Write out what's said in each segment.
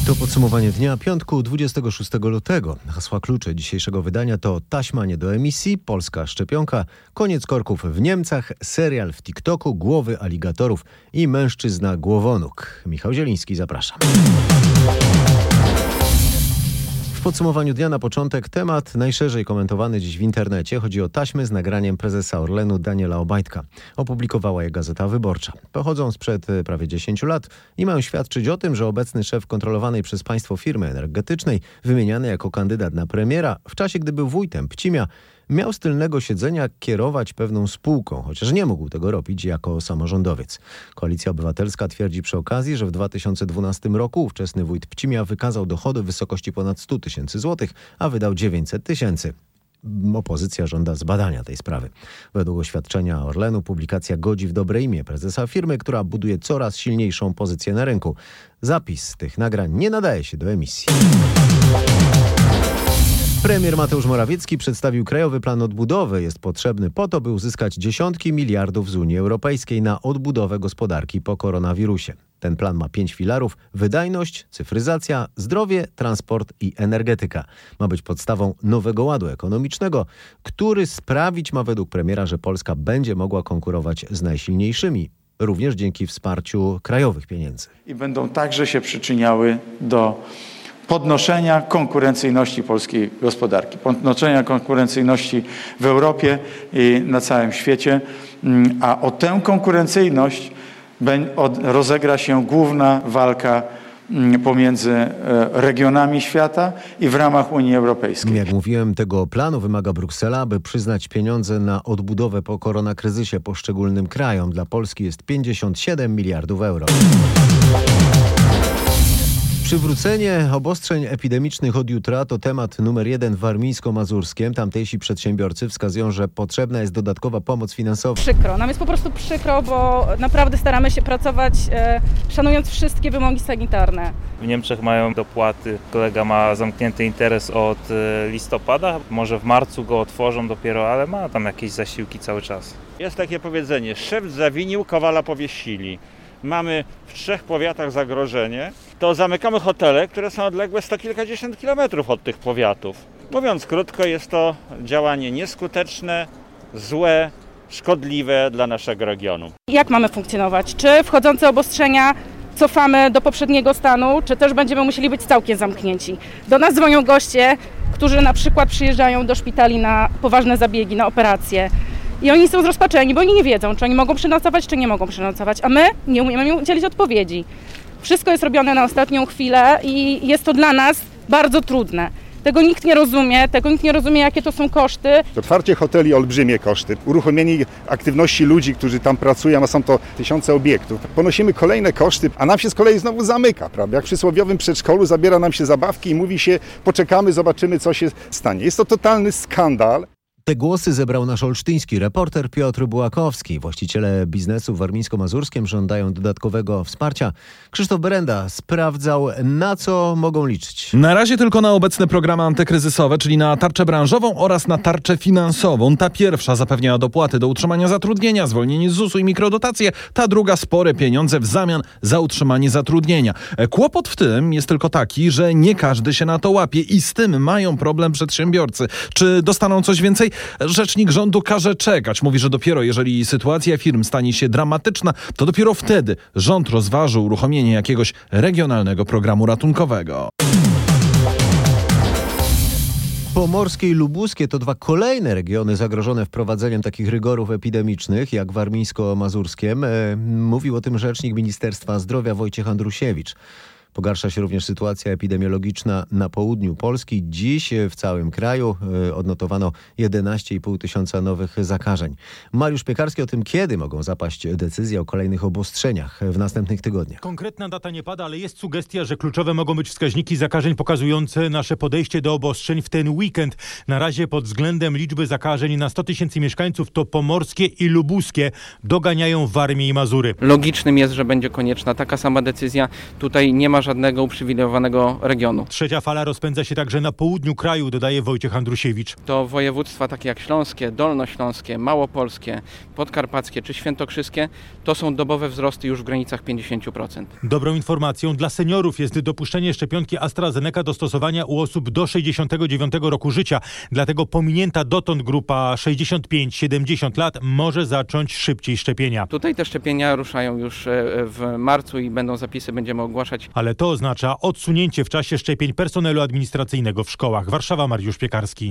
To podsumowanie dnia piątku 26 lutego. Hasła klucze dzisiejszego wydania to taśma nie do emisji, polska szczepionka, koniec korków w Niemcach, serial w TikToku, głowy aligatorów i mężczyzna głowonóg. Michał Zieliński, zapraszam. W podsumowaniu dnia na początek temat najszerzej komentowany dziś w internecie. Chodzi o taśmy z nagraniem prezesa Orlenu Daniela Obajtka. Opublikowała je Gazeta Wyborcza. Pochodzą sprzed prawie 10 lat i mają świadczyć o tym, że obecny szef kontrolowanej przez państwo firmy energetycznej, wymieniany jako kandydat na premiera, w czasie gdy był wójtem Pcimia, miał z tylnego siedzenia kierować pewną spółką, chociaż nie mógł tego robić jako samorządowiec. Koalicja Obywatelska twierdzi przy okazji, że w 2012 roku ówczesny wójt Pcimia wykazał dochody w wysokości ponad 100 tysięcy złotych, a wydał 900 tysięcy. Opozycja żąda zbadania tej sprawy. Według oświadczenia Orlenu publikacja godzi w dobre imię prezesa firmy, która buduje coraz silniejszą pozycję na rynku. Zapis tych nagrań nie nadaje się do emisji. Premier Mateusz Morawiecki przedstawił Krajowy Plan Odbudowy. Jest potrzebny po to, by uzyskać dziesiątki miliardów z Unii Europejskiej na odbudowę gospodarki po koronawirusie. Ten plan ma 5 filarów: wydajność, cyfryzacja, zdrowie, transport i energetyka. Ma być podstawą nowego ładu ekonomicznego, który sprawić ma według premiera, że Polska będzie mogła konkurować z najsilniejszymi, również dzięki wsparciu krajowych pieniędzy. I będą także się przyczyniały do podnoszenia konkurencyjności polskiej gospodarki, podnoszenia konkurencyjności w Europie i na całym świecie, a o tę konkurencyjność rozegra się główna walka pomiędzy regionami świata i w ramach Unii Europejskiej. Jak mówiłem, tego planu wymaga Bruksela, by przyznać pieniądze na odbudowę po koronakryzysie poszczególnym krajom. Dla Polski jest 57 miliardów euro. Przywrócenie obostrzeń epidemicznych od jutra to temat numer 1 w Warmińsko-Mazurskiem. Tamtejsi przedsiębiorcy wskazują, że potrzebna jest dodatkowa pomoc finansowa. Przykro, nam jest po prostu przykro, bo naprawdę staramy się pracować szanując wszystkie wymogi sanitarne. W Niemczech mają dopłaty. Kolega ma zamknięty interes od listopada. Może w marcu go otworzą dopiero, ale ma tam jakieś zasiłki cały czas. Jest takie powiedzenie: szef zawinił, kowala powiesili. Mamy w 3 powiatach zagrożenie, to zamykamy hotele, które są odległe 100 kilkadziesiąt kilometrów od tych powiatów. Mówiąc krótko, jest to działanie nieskuteczne, złe, szkodliwe dla naszego regionu. Jak mamy funkcjonować? Czy wchodzące obostrzenia cofamy do poprzedniego stanu, czy też będziemy musieli być całkiem zamknięci? Do nas dzwonią goście, którzy na przykład przyjeżdżają do szpitali na poważne zabiegi, na operacje. I oni są zrozpaczeni, bo oni nie wiedzą, czy oni mogą przenocować, czy nie mogą przenocować, a my nie umiemy im udzielić odpowiedzi. Wszystko jest robione na ostatnią chwilę i jest to dla nas bardzo trudne. Tego nikt nie rozumie, jakie to są koszty. Otwarcie hoteli, olbrzymie koszty. Uruchomienie aktywności ludzi, którzy tam pracują, a są to tysiące obiektów. Ponosimy kolejne koszty, a nam się z kolei znowu zamyka, prawda? Jak w przysłowiowym przedszkolu zabiera nam się zabawki i mówi się: poczekamy, zobaczymy, co się stanie. Jest to totalny skandal. Te głosy zebrał nasz olsztyński reporter Piotr Bułakowski. Właściciele biznesu w Warmińsko-Mazurskim żądają dodatkowego wsparcia. Krzysztof Berenda sprawdzał, na co mogą liczyć. Na razie tylko na obecne programy antykryzysowe, czyli na tarczę branżową oraz na tarczę finansową. Ta pierwsza zapewnia dopłaty do utrzymania zatrudnienia, zwolnienie z ZUS-u i mikrodotacje. Ta druga spore pieniądze w zamian za utrzymanie zatrudnienia. Kłopot w tym jest tylko taki, że nie każdy się na to łapie i z tym mają problem przedsiębiorcy. Czy dostaną coś więcej? Rzecznik rządu każe czekać. Mówi, że dopiero jeżeli sytuacja firm stanie się dramatyczna, to dopiero wtedy rząd rozważy uruchomienie jakiegoś regionalnego programu ratunkowego. Pomorskie i lubuskie to 2 kolejne regiony zagrożone wprowadzeniem takich rygorów epidemicznych jak Warmińsko-Mazurskiem. Mówił o tym rzecznik Ministerstwa Zdrowia Wojciech Andrusiewicz. Pogarsza się również sytuacja epidemiologiczna na południu Polski. Dziś w całym kraju odnotowano 11,5 tysiąca nowych zakażeń. Mariusz Piekarski o tym, kiedy mogą zapaść decyzje o kolejnych obostrzeniach w następnych tygodniach. Konkretna data nie pada, ale jest sugestia, że kluczowe mogą być wskaźniki zakażeń pokazujące nasze podejście do obostrzeń w ten weekend. Na razie pod względem liczby zakażeń na 100 tysięcy mieszkańców to pomorskie i lubuskie doganiają Warmię i Mazury. Logicznym jest, że będzie konieczna taka sama decyzja. Tutaj nie ma ma żadnego uprzywilejowanego regionu. Trzecia fala rozpędza się także na południu kraju, dodaje Wojciech Andrusiewicz. To województwa takie jak śląskie, dolnośląskie, małopolskie, podkarpackie czy świętokrzyskie, to są dobowe wzrosty już w granicach 50%. Dobrą informacją dla seniorów jest dopuszczenie szczepionki AstraZeneca do stosowania u osób do 69 roku życia. Dlatego pominięta dotąd grupa 65-70 lat może zacząć szybciej szczepienia. Tutaj te szczepienia ruszają już w marcu i będziemy ogłaszać. Ale to oznacza odsunięcie w czasie szczepień personelu administracyjnego w szkołach. Warszawa, Mariusz Piekarski.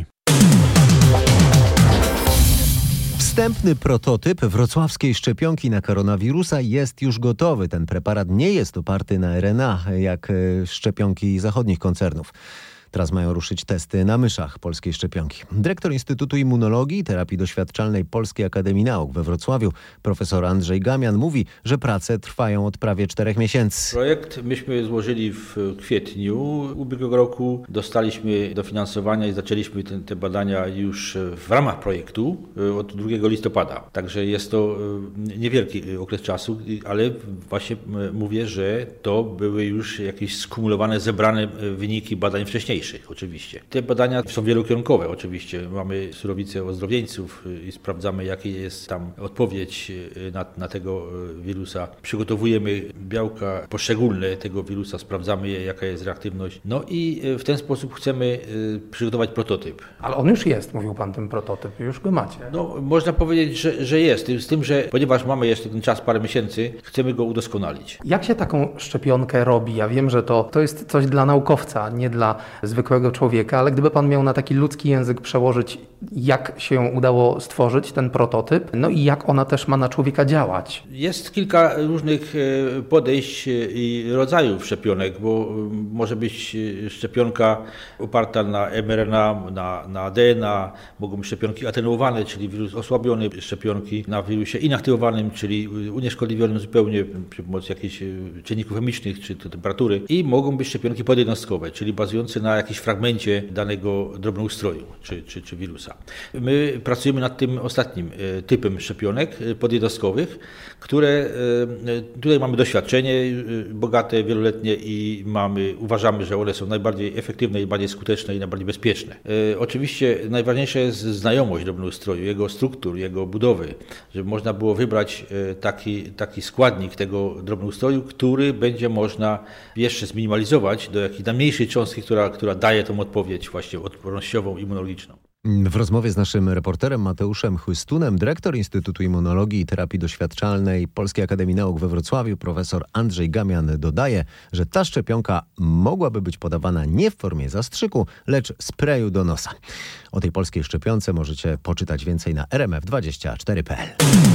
Wstępny prototyp wrocławskiej szczepionki na koronawirusa jest już gotowy. Ten preparat nie jest oparty na RNA, jak szczepionki zachodnich koncernów. Teraz mają ruszyć testy na myszach polskiej szczepionki. Dyrektor Instytutu Immunologii i Terapii Doświadczalnej Polskiej Akademii Nauk we Wrocławiu, profesor Andrzej Gamian, mówi, że prace trwają od prawie 4 miesięcy. Projekt myśmy złożyli w kwietniu ubiegłego roku. Dostaliśmy dofinansowania i zaczęliśmy te badania już w ramach projektu od 2 listopada. Także jest to niewielki okres czasu, ale właśnie mówię, że to były już jakieś skumulowane, zebrane wyniki badań wcześniejszych. Oczywiście. Te badania są wielokierunkowe oczywiście. Mamy surowicę ozdrowieńców i sprawdzamy, jaka jest tam odpowiedź na tego wirusa. Przygotowujemy białka poszczególne tego wirusa, sprawdzamy, jaka jest reaktywność. No i w ten sposób chcemy przygotować prototyp. Ale on już jest, mówił pan, ten prototyp, już go macie. No, można powiedzieć, że jest. Z tym, że ponieważ mamy jeszcze ten czas parę miesięcy, chcemy go udoskonalić. Jak się taką szczepionkę robi? Ja wiem, że to jest coś dla naukowca, nie dla zwykłego człowieka, ale gdyby pan miał na taki ludzki język przełożyć, jak się udało stworzyć ten prototyp, no i jak ona też ma na człowieka działać? Jest kilka różnych podejść i rodzajów szczepionek, bo może być szczepionka oparta na mRNA, na DNA, mogą być szczepionki atenuowane, czyli wirus osłabiony, szczepionki na wirusie inaktywowanym, czyli unieszkodliwionym zupełnie przy pomocy jakichś czynników chemicznych czy temperatury, i mogą być szczepionki podjednostkowe, czyli bazujące na jakimś fragmencie danego drobnoustroju czy wirusa. My pracujemy nad tym ostatnim typem szczepionek podjednostkowych, które tutaj mamy doświadczenie bogate, wieloletnie i uważamy, że one są najbardziej efektywne, najbardziej skuteczne i najbardziej bezpieczne. Oczywiście najważniejsza jest znajomość drobnoustroju, jego struktur, jego budowy, żeby można było wybrać taki składnik tego drobnoustroju, który będzie można jeszcze zminimalizować do jakiejś najmniejszej cząstki, która daje tą odpowiedź właśnie odpornościową, immunologiczną. W rozmowie z naszym reporterem Mateuszem Chłystunem dyrektor Instytutu Immunologii i Terapii Doświadczalnej Polskiej Akademii Nauk we Wrocławiu profesor Andrzej Gamian dodaje, że ta szczepionka mogłaby być podawana nie w formie zastrzyku, lecz sprayu do nosa. O tej polskiej szczepionce możecie poczytać więcej na rmf24.pl.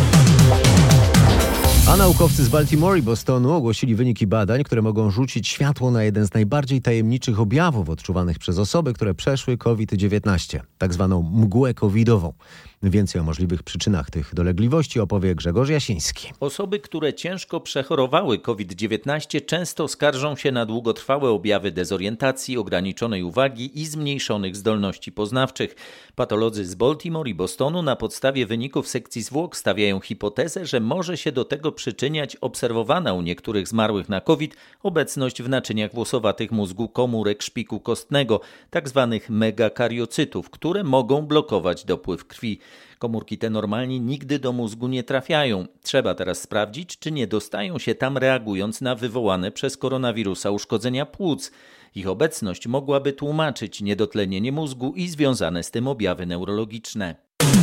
A naukowcy z Baltimore i Bostonu ogłosili wyniki badań, które mogą rzucić światło na jeden z najbardziej tajemniczych objawów odczuwanych przez osoby, które przeszły COVID-19, tak zwaną mgłę covidową. Więcej o możliwych przyczynach tych dolegliwości opowie Grzegorz Jasiński. Osoby, które ciężko przechorowały COVID-19, często skarżą się na długotrwałe objawy dezorientacji, ograniczonej uwagi i zmniejszonych zdolności poznawczych. Patolodzy z Baltimore i Bostonu na podstawie wyników sekcji zwłok stawiają hipotezę, że może się do tego przyczyniać obserwowana u niektórych zmarłych na COVID obecność w naczyniach włosowatych mózgu komórek szpiku kostnego, tzw. megakariocytów, które mogą blokować dopływ krwi. Komórki te normalnie nigdy do mózgu nie trafiają. Trzeba teraz sprawdzić, czy nie dostają się tam reagując na wywołane przez koronawirusa uszkodzenia płuc. Ich obecność mogłaby tłumaczyć niedotlenienie mózgu i związane z tym objawy neurologiczne.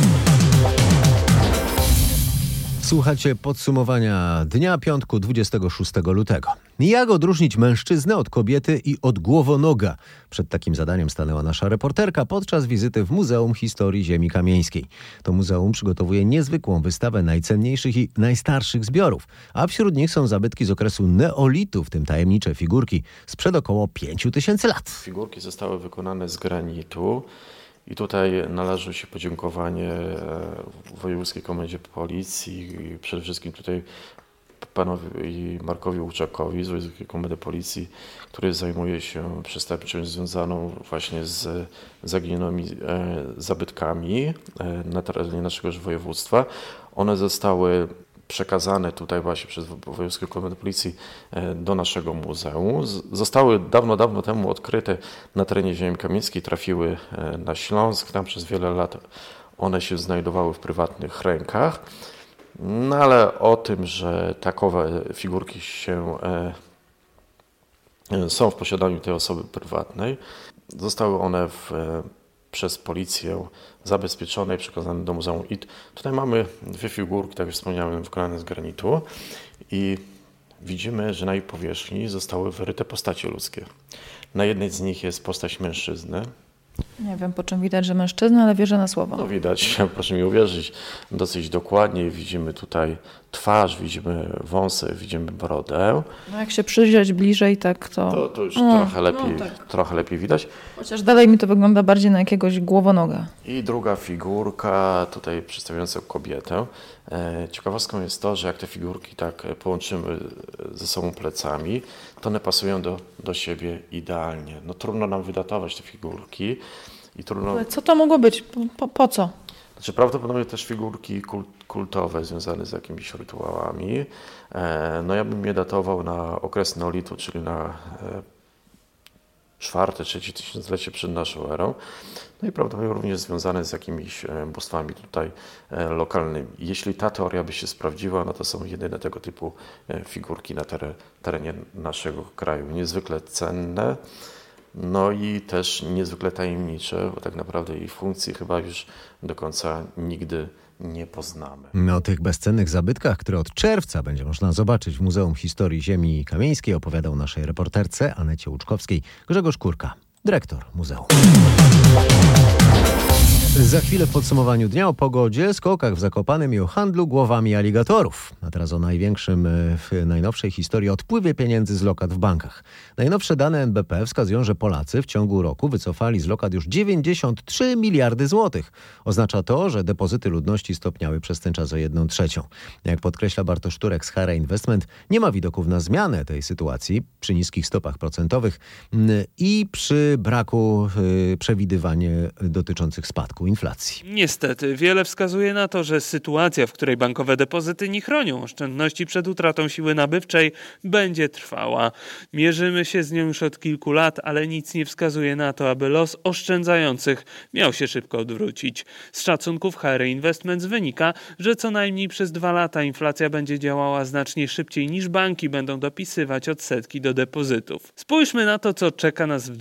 Słuchacie podsumowania dnia piątku 26 lutego. Jak odróżnić mężczyznę od kobiety i od głowonoga? Przed takim zadaniem stanęła nasza reporterka podczas wizyty w Muzeum Historii Ziemi Kamieńskiej. To muzeum przygotowuje niezwykłą wystawę najcenniejszych i najstarszych zbiorów, a wśród nich są zabytki z okresu neolitu, w tym tajemnicze figurki sprzed około 5000 lat. Figurki zostały wykonane z granitu. I tutaj należy się podziękowanie Wojewódzkiej Komendzie Policji i przede wszystkim tutaj panowi Markowi Łuczakowi z Wojewódzkiej Komendy Policji, który zajmuje się przestępczością związaną właśnie z zaginionymi zabytkami na terenie naszego województwa. One zostały przekazane tutaj właśnie przez Wojewódzki Komendant Policji do naszego muzeum. Zostały dawno temu odkryte na terenie ziemi kamieńskiej, trafiły na Śląsk. Tam przez wiele lat one się znajdowały w prywatnych rękach. No ale o tym, że takowe figurki są w posiadaniu tej osoby prywatnej, zostały one przez policję zabezpieczone i przekazane do Muzeum IT. Tutaj mamy 2 figurki, tak jak wspomniałem, wykonane z granitu i widzimy, że na jej powierzchni zostały wyryte postacie ludzkie. Na jednej z nich jest postać mężczyzny. Nie wiem, po czym widać, że mężczyzna, ale wierzę na słowo. No widać, proszę mi uwierzyć, dosyć dokładnie. Widzimy tutaj twarz, widzimy wąsy, widzimy brodę. No jak się przyjrzeć bliżej, tak to... To już trochę lepiej widać. Chociaż dalej mi to wygląda bardziej na jakiegoś głowonoga. I druga figurka, tutaj przedstawiająca kobietę. Ciekawostką jest to, że jak te figurki tak połączymy ze sobą plecami, to one pasują do siebie idealnie. No trudno nam wydatować te figurki. I trudno... Ale co to mogło być? Po co? Znaczy prawdopodobnie też figurki kultowe związane z jakimiś rytuałami. No ja bym je datował na okres neolitu, czyli na 4-3 tysiąclecie przed naszą erą. No i prawdopodobnie również związane z jakimiś bóstwami tutaj lokalnymi. Jeśli ta teoria by się sprawdziła, no to są jedyne tego typu figurki na terenie naszego kraju. Niezwykle cenne, no i też niezwykle tajemnicze, bo tak naprawdę jej funkcji chyba już do końca nigdy nie poznamy. O tych bezcennych zabytkach, które od czerwca będzie można zobaczyć w Muzeum Historii Ziemi Kamieńskiej, opowiadał naszej reporterce Anecie Łuczkowskiej Grzegorz Kurka, dyrektor muzeum. Za chwilę w podsumowaniu dnia o pogodzie, skokach w Zakopanem i o handlu głowami aligatorów. A teraz o największym w najnowszej historii odpływie pieniędzy z lokat w bankach. Najnowsze dane NBP wskazują, że Polacy w ciągu roku wycofali z lokat już 93 miliardy złotych. Oznacza to, że depozyty ludności stopniały przez ten czas o 1/3. Jak podkreśla Bartosz Turek z Hara Investment, nie ma widoków na zmianę tej sytuacji przy niskich stopach procentowych i przy braku przewidywań dotyczących spadku inflacji. Niestety, wiele wskazuje na to, że sytuacja, w której bankowe depozyty nie chronią oszczędności przed utratą siły nabywczej, będzie trwała. Mierzymy się z nią już od kilku lat, ale nic nie wskazuje na to, aby los oszczędzających miał się szybko odwrócić. Z szacunków HR Investments wynika, że co najmniej przez 2 lata inflacja będzie działała znacznie szybciej niż banki będą dopisywać odsetki do depozytów. Spójrzmy na to, co czeka nas w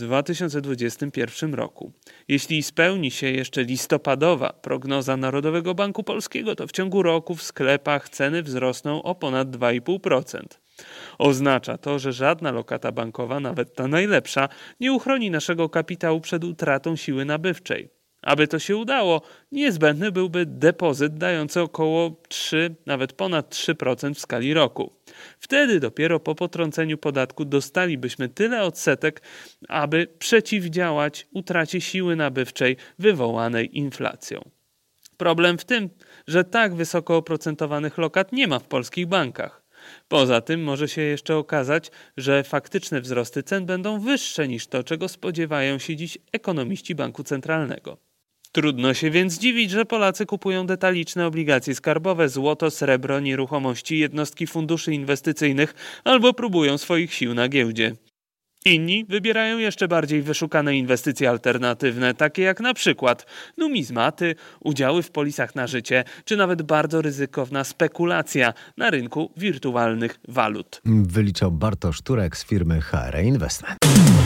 2021 roku. Jeśli spełni się jeszcze listopadowa prognoza Narodowego Banku Polskiego, to w ciągu roku w sklepach ceny wzrosną o ponad 2,5%. Oznacza to, że żadna lokata bankowa, nawet ta najlepsza, nie uchroni naszego kapitału przed utratą siły nabywczej. Aby to się udało, niezbędny byłby depozyt dający około 3, nawet ponad 3% w skali roku. Wtedy dopiero po potrąceniu podatku dostalibyśmy tyle odsetek, aby przeciwdziałać utracie siły nabywczej wywołanej inflacją. Problem w tym, że tak wysoko oprocentowanych lokat nie ma w polskich bankach. Poza tym może się jeszcze okazać, że faktyczne wzrosty cen będą wyższe niż to, czego spodziewają się dziś ekonomiści Banku Centralnego. Trudno się więc dziwić, że Polacy kupują detaliczne obligacje skarbowe, złoto, srebro, nieruchomości, jednostki funduszy inwestycyjnych albo próbują swoich sił na giełdzie. Inni wybierają jeszcze bardziej wyszukane inwestycje alternatywne, takie jak na przykład numizmaty, udziały w polisach na życie, czy nawet bardzo ryzykowna spekulacja na rynku wirtualnych walut. Wyliczał Bartosz Turek z firmy HR Investment.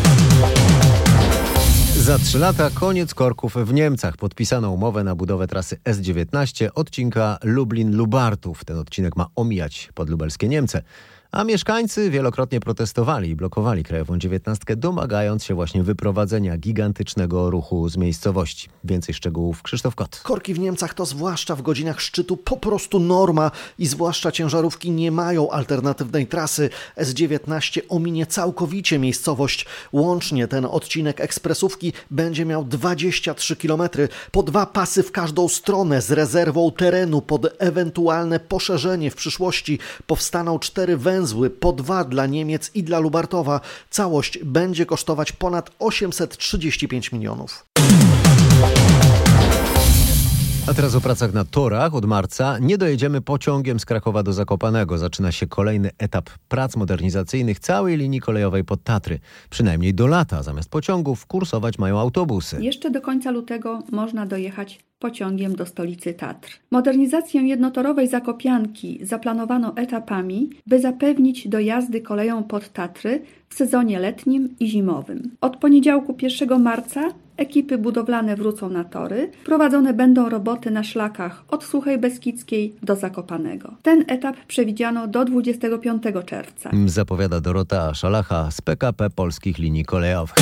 Za 3 lata koniec korków w Niemcach. Podpisano umowę na budowę trasy S19 odcinka Lublin-Lubartów. Ten odcinek ma omijać podlubelskie Niemcy. A mieszkańcy wielokrotnie protestowali i blokowali Krajową 19, domagając się właśnie wyprowadzenia gigantycznego ruchu z miejscowości. Więcej szczegółów Krzysztof Kot. Korki w Niemcach to zwłaszcza w godzinach szczytu po prostu norma i zwłaszcza ciężarówki nie mają alternatywnej trasy. S19 ominie całkowicie miejscowość. Łącznie ten odcinek ekspresówki będzie miał 23 km, po 2 pasy w każdą stronę z rezerwą terenu pod ewentualne poszerzenie w przyszłości. Powstaną 4 węzły, po 2 dla Niemiec i dla Lubartowa. Całość będzie kosztować ponad 835 milionów. A teraz o pracach na torach. Od marca nie dojedziemy pociągiem z Krakowa do Zakopanego. Zaczyna się kolejny etap prac modernizacyjnych całej linii kolejowej pod Tatry. Przynajmniej do lata. Zamiast pociągów kursować mają autobusy. Jeszcze do końca lutego można dojechać pociągiem do stolicy Tatr. Modernizację jednotorowej Zakopianki zaplanowano etapami, by zapewnić dojazdy koleją pod Tatry w sezonie letnim i zimowym. Od poniedziałku 1 marca ekipy budowlane wrócą na tory. Prowadzone będą roboty na szlakach od Suchej Beskidzkiej do Zakopanego. Ten etap przewidziano do 25 czerwca. Zapowiada Dorota Szalacha z PKP Polskich Linii Kolejowych.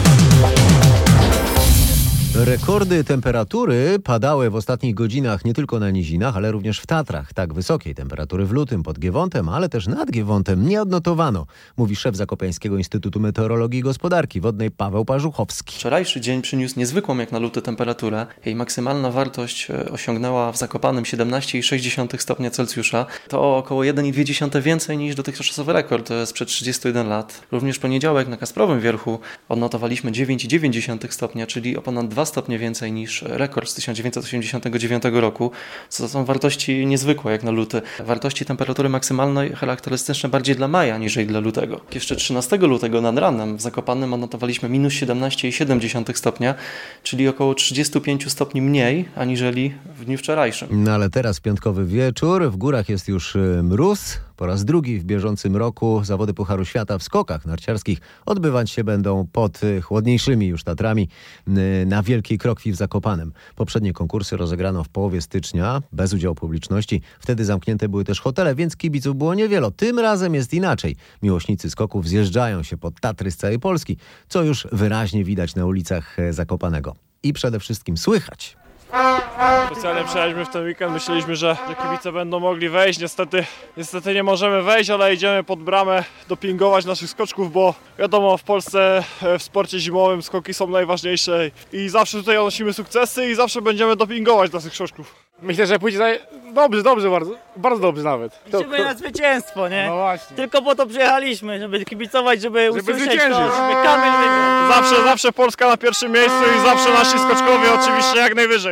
Rekordy temperatury padały w ostatnich godzinach nie tylko na nizinach, ale również w Tatrach. Tak wysokiej temperatury w lutym pod Giewontem, ale też nad Giewontem nie odnotowano, mówi szef Zakopiańskiego Instytutu Meteorologii i Gospodarki Wodnej Paweł Parzuchowski. Wczorajszy dzień przyniósł niezwykłą jak na luty temperaturę. Jej maksymalna wartość osiągnęła w Zakopanem 17,6 stopnia Celsjusza. To około 1,2 więcej niż dotychczasowy rekord sprzed 31 lat. Również w poniedziałek na Kasprowym Wierchu odnotowaliśmy 9,9 stopnia, czyli o ponad 2 stopnie więcej niż rekord z 1989 roku, co to są wartości niezwykłe jak na luty. Wartości temperatury maksymalnej charakterystyczne bardziej dla maja niż dla lutego. Jeszcze 13 lutego nad ranem w Zakopanem odnotowaliśmy minus 17,7 stopnia, czyli około 35 stopni mniej aniżeli w dniu wczorajszym. No ale teraz piątkowy wieczór, w górach jest już mróz. Po raz drugi w bieżącym roku zawody Pucharu Świata w skokach narciarskich odbywać się będą pod chłodniejszymi już Tatrami na Wielkiej Krokwi w Zakopanem. Poprzednie konkursy rozegrano w połowie stycznia, bez udziału publiczności. Wtedy zamknięte były też hotele, więc kibiców było niewiele. Tym razem jest inaczej. Miłośnicy skoków zjeżdżają się pod Tatry z całej Polski, co już wyraźnie widać na ulicach Zakopanego. I przede wszystkim słychać. Specjalnie przyjechaliśmy w ten weekend, myśleliśmy, że kibice będą mogli wejść. Niestety nie możemy wejść, ale idziemy pod bramę dopingować naszych skoczków, bo wiadomo, w Polsce w sporcie zimowym skoki są najważniejsze i zawsze tutaj odnosimy sukcesy i zawsze będziemy dopingować naszych skoczków. Myślę, że pójdzie dobrze, bardzo dobrze nawet. Liczymy na zwycięstwo, nie? No właśnie. Tylko po to przyjechaliśmy, żeby kibicować, żeby usłyszeć zwyciężyć. to, żeby Kamil wygrał. Zawsze Polska na pierwszym miejscu i zawsze nasi skoczkowie oczywiście jak najwyżej.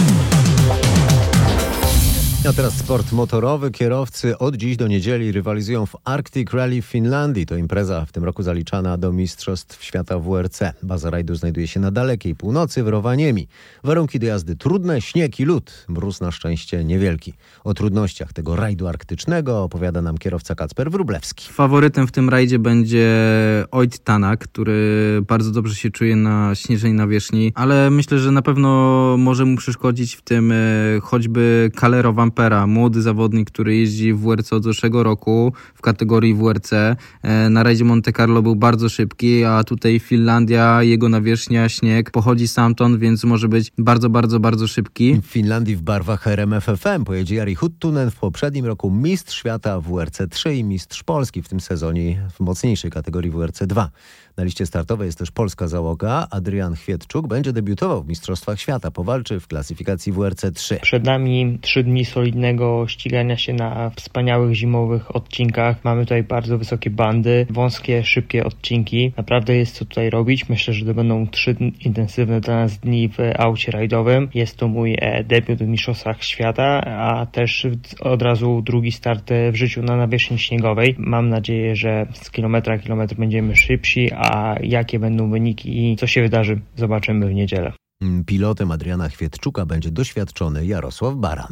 A teraz sport motorowy. Kierowcy od dziś do niedzieli rywalizują w Arctic Rally w Finlandii. To impreza w tym roku zaliczana do Mistrzostw Świata WRC. Baza rajdu znajduje się na dalekiej północy w Rovaniemi. Warunki do jazdy trudne, śnieg i lód. Mróz na szczęście niewielki. O trudnościach tego rajdu arktycznego opowiada nam kierowca Kacper Wróblewski. Faworytem w tym rajdzie będzie Oid Tanak, który bardzo dobrze się czuje na śnieżnej nawierzchni, ale myślę, że na pewno może mu przeszkodzić w tym choćby Calero Vampera, młody zawodnik, który jeździ w WRC od zeszłego roku w kategorii WRC. Na rajdzie Monte Carlo był bardzo szybki, a tutaj Finlandia, jego nawierzchnia, śnieg, pochodzi stamtąd, więc może być bardzo szybki. W Finlandii w barwach RMF FM pojedzie Jari Huttunen, w poprzednim roku mistrz świata w WRC 3 i mistrz Polski w tym sezonie w mocniejszej kategorii WRC 2. Na liście startowej jest też polska załoga. Adrian Chwietczuk będzie debiutował w Mistrzostwach Świata. Powalczy w klasyfikacji WRC 3. Przed nami 3 dni solidnego ścigania się na wspaniałych zimowych odcinkach. Mamy tutaj bardzo wysokie bandy, wąskie, szybkie odcinki. Naprawdę jest co tutaj robić. Myślę, że to będą 3 intensywne dla nas dni w aucie rajdowym. Jest to mój debiut w Mistrzostwach Świata, a też od razu drugi start w życiu na nawierzchni śniegowej. Mam nadzieję, że z kilometra na kilometr będziemy szybsi, a jakie będą wyniki i co się wydarzy, zobaczymy w niedzielę. Pilotem Adriana Chwietczuka będzie doświadczony Jarosław Baran.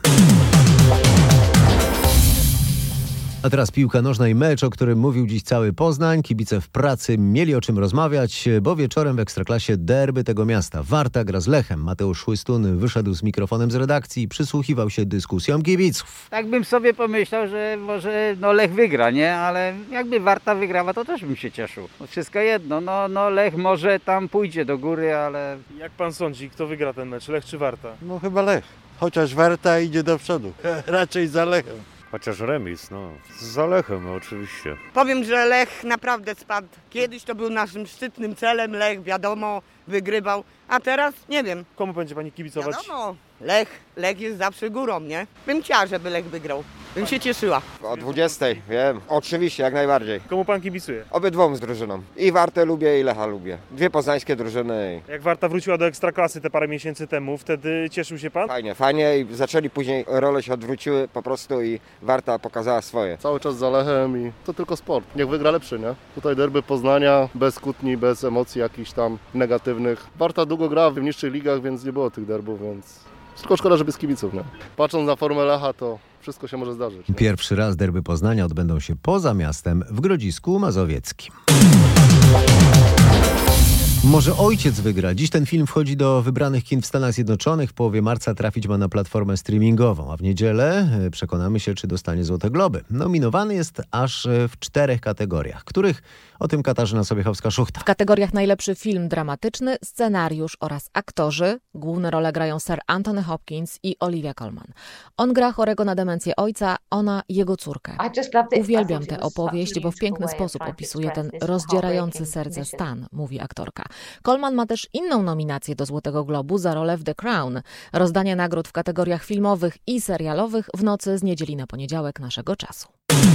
A teraz piłka nożna i mecz, o którym mówił dziś cały Poznań. Kibice w pracy mieli o czym rozmawiać, bo wieczorem w Ekstraklasie derby tego miasta. Warta gra z Lechem. Mateusz Chłystun wyszedł z mikrofonem z redakcji i przysłuchiwał się dyskusjom kibiców. Tak bym sobie pomyślał, że może Lech wygra, nie? Ale jakby Warta wygrała, to też bym się cieszył. Wszystko jedno, Lech może tam pójdzie do góry, ale... Jak pan sądzi, kto wygra ten mecz, Lech czy Warta? No chyba Lech. Chociaż Warta idzie do przodu. Raczej za Lechem. Chociaż remis, za Lechem oczywiście. Powiem, że Lech naprawdę spadł. Kiedyś to był naszym szczytnym celem, Lech wiadomo, wygrywał, a teraz nie wiem. Komu będzie pani kibicować? Wiadomo, Lech jest zawsze górą, nie? Bym chciała, żeby Lech wygrał. Bym się cieszyła. O 20, wiem. Oczywiście, jak najbardziej. Komu pan kibicuje? Obydwom z drużyną. I Wartę lubię, i Lecha lubię. 2 poznańskie drużyny. Jak Warta wróciła do Ekstraklasy te parę miesięcy temu, wtedy cieszył się pan? Fajnie i zaczęli później, role się odwróciły po prostu i Warta pokazała swoje. Cały czas za Lechem i to tylko sport. Niech wygra lepszy, nie? Tutaj derby Poznania, bez kłótni, bez emocji jakichś tam negatywnych. Warta długo gra w niższych ligach, więc nie było tych derbów, więc tylko szkoda, żeby z kibiców, nie? Patrząc na formę Lecha, to wszystko się może zdarzyć. Nie? Pierwszy raz derby Poznania odbędą się poza miastem w Grodzisku Mazowieckim. Może ojciec wygra. Dziś ten film wchodzi do wybranych kin w Stanach Zjednoczonych. W połowie marca trafić ma na platformę streamingową, a w niedzielę przekonamy się, czy dostanie Złote Globy. Nominowany jest aż w 4 kategoriach, których o tym Katarzyna Sobiechowska-Szuchta. W kategoriach najlepszy film dramatyczny, scenariusz oraz aktorzy główne role grają Sir Anthony Hopkins i Olivia Colman. On gra chorego na demencję ojca, ona jego córkę. Uwielbiam tę opowieść, bo w piękny sposób opisuje ten rozdzierający serce stan, mówi aktorka. Colman ma też inną nominację do Złotego Globu za rolę w The Crown. Rozdanie nagród w kategoriach filmowych i serialowych w nocy z niedzieli na poniedziałek naszego czasu.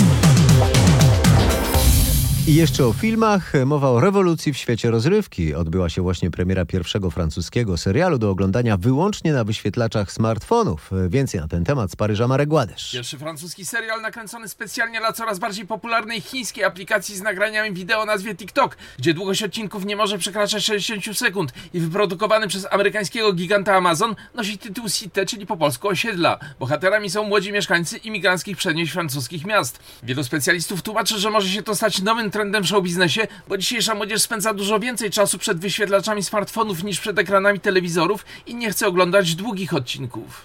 I jeszcze o filmach. Mowa o rewolucji w świecie rozrywki. Odbyła się właśnie premiera pierwszego francuskiego serialu do oglądania wyłącznie na wyświetlaczach smartfonów. Więcej na ten temat z Paryża Marek Gładysz. Pierwszy francuski serial nakręcony specjalnie dla coraz bardziej popularnej chińskiej aplikacji z nagraniami wideo o nazwie TikTok, gdzie długość odcinków nie może przekraczać 60 sekund i wyprodukowany przez amerykańskiego giganta Amazon nosi tytuł Cité, czyli po polsku osiedla. Bohaterami są młodzi mieszkańcy imigranckich przedmieść francuskich miast. Wielu specjalistów tłumaczy, że może się to stać nowym trendem w showbiznesie, bo dzisiejsza młodzież spędza dużo więcej czasu przed wyświetlaczami smartfonów niż przed ekranami telewizorów i nie chce oglądać długich odcinków.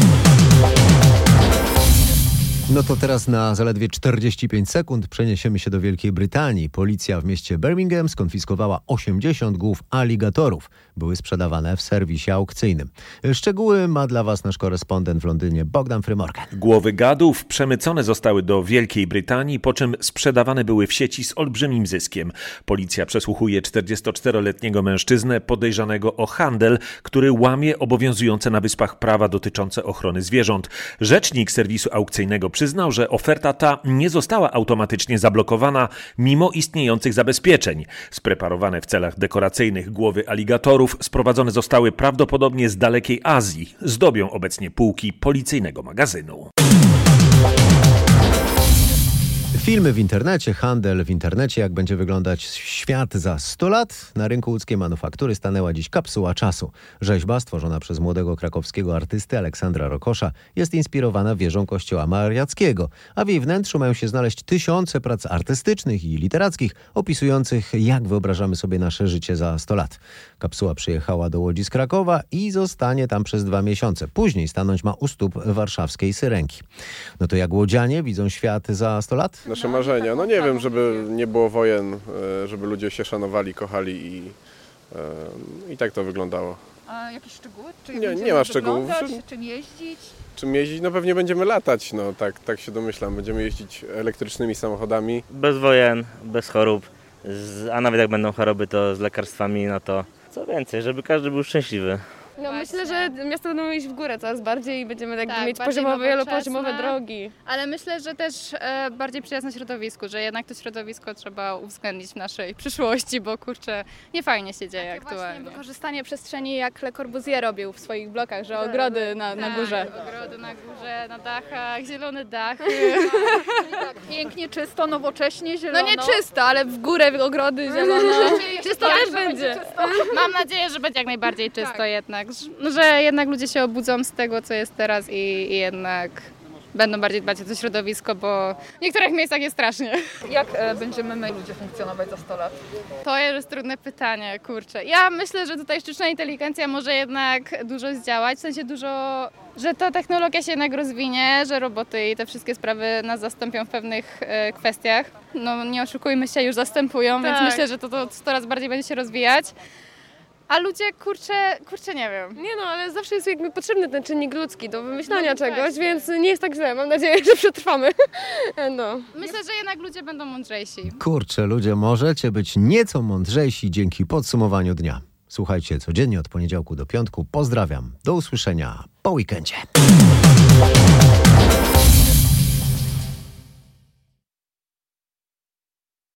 No to teraz na zaledwie 45 sekund przeniesiemy się do Wielkiej Brytanii. Policja w mieście Birmingham skonfiskowała 80 głów aligatorów. Były sprzedawane w serwisie aukcyjnym. Szczegóły ma dla Was nasz korespondent w Londynie Bogdan Frymorgan. Głowy gadów przemycone zostały do Wielkiej Brytanii, po czym sprzedawane były w sieci z olbrzymim zyskiem. Policja przesłuchuje 44-letniego mężczyznę podejrzanego o handel, który łamie obowiązujące na Wyspach prawa dotyczące ochrony zwierząt. Rzecznik serwisu aukcyjnego przyznał, że oferta ta nie została automatycznie zablokowana mimo istniejących zabezpieczeń. Spreparowane w celach dekoracyjnych głowy aligatorów sprowadzone zostały prawdopodobnie z dalekiej Azji. Zdobią obecnie półki policyjnego magazynu. Filmy w internecie, handel w internecie, jak będzie wyglądać świat za 100 lat? Na rynku łódzkiej manufaktury stanęła dziś kapsuła czasu. Rzeźba stworzona przez młodego krakowskiego artysty Aleksandra Rokosza jest inspirowana wieżą kościoła mariackiego, a w jej wnętrzu mają się znaleźć tysiące prac artystycznych i literackich opisujących, jak wyobrażamy sobie nasze życie za 100 lat. Kapsuła przyjechała do Łodzi z Krakowa i zostanie tam przez 2 miesiące. Później stanąć ma u stóp warszawskiej Syrenki. No to jak łodzianie widzą świat za 100 lat? Nasze marzenia. No nie wiem, żeby nie było wojen, żeby ludzie się szanowali, kochali i tak to wyglądało. A jakieś szczegóły? Czy nie ma szczegółów. Czym jeździć? Czym jeździć? No pewnie będziemy latać, no tak się domyślam. Będziemy jeździć elektrycznymi samochodami. Bez wojen, bez chorób, a nawet jak będą choroby, to z lekarstwami, no to co więcej, żeby każdy był szczęśliwy. No myślę, że miasta będą iść w górę coraz bardziej i będziemy mieć wielopoziomowe drogi. Ale myślę, że też bardziej przyjazne środowisku, że jednak to środowisko trzeba uwzględnić w naszej przyszłości, bo kurczę, nie fajnie się dzieje aktualnie. Właśnie, wykorzystanie przestrzeni jak Le Corbusier robił w swoich blokach, że ogrody na górze. Ogrody na górze, na dachach, zielony dach. Tak, pięknie, czysto, nowocześnie, zielono. No nie czysto, ale w górę ogrody zielono. Czysto też będzie. Mam nadzieję, że będzie jak najbardziej czysto jednak. Że jednak ludzie się obudzą z tego, co jest teraz i jednak będą bardziej dbać o to środowisko, bo w niektórych miejscach jest strasznie. Jak będziemy my ludzie funkcjonować za 100 lat? To jest trudne pytanie, kurczę. Ja myślę, że tutaj sztuczna inteligencja może jednak dużo zdziałać, w sensie że ta technologia się jednak rozwinie, że roboty i te wszystkie sprawy nas zastąpią w pewnych kwestiach. No nie oszukujmy się, już zastępują, więc myślę, że to coraz bardziej będzie się rozwijać. A ludzie, kurczę, nie wiem. Nie no, ale zawsze jest jakby potrzebny ten czynnik ludzki do wymyślania czegoś, więc nie jest tak źle. Mam nadzieję, że przetrwamy. No. Myślę, że jednak ludzie będą mądrzejsi. Kurczę, ludzie, możecie być nieco mądrzejsi dzięki podsumowaniu dnia. Słuchajcie codziennie od poniedziałku do piątku. Pozdrawiam. Do usłyszenia po weekendzie.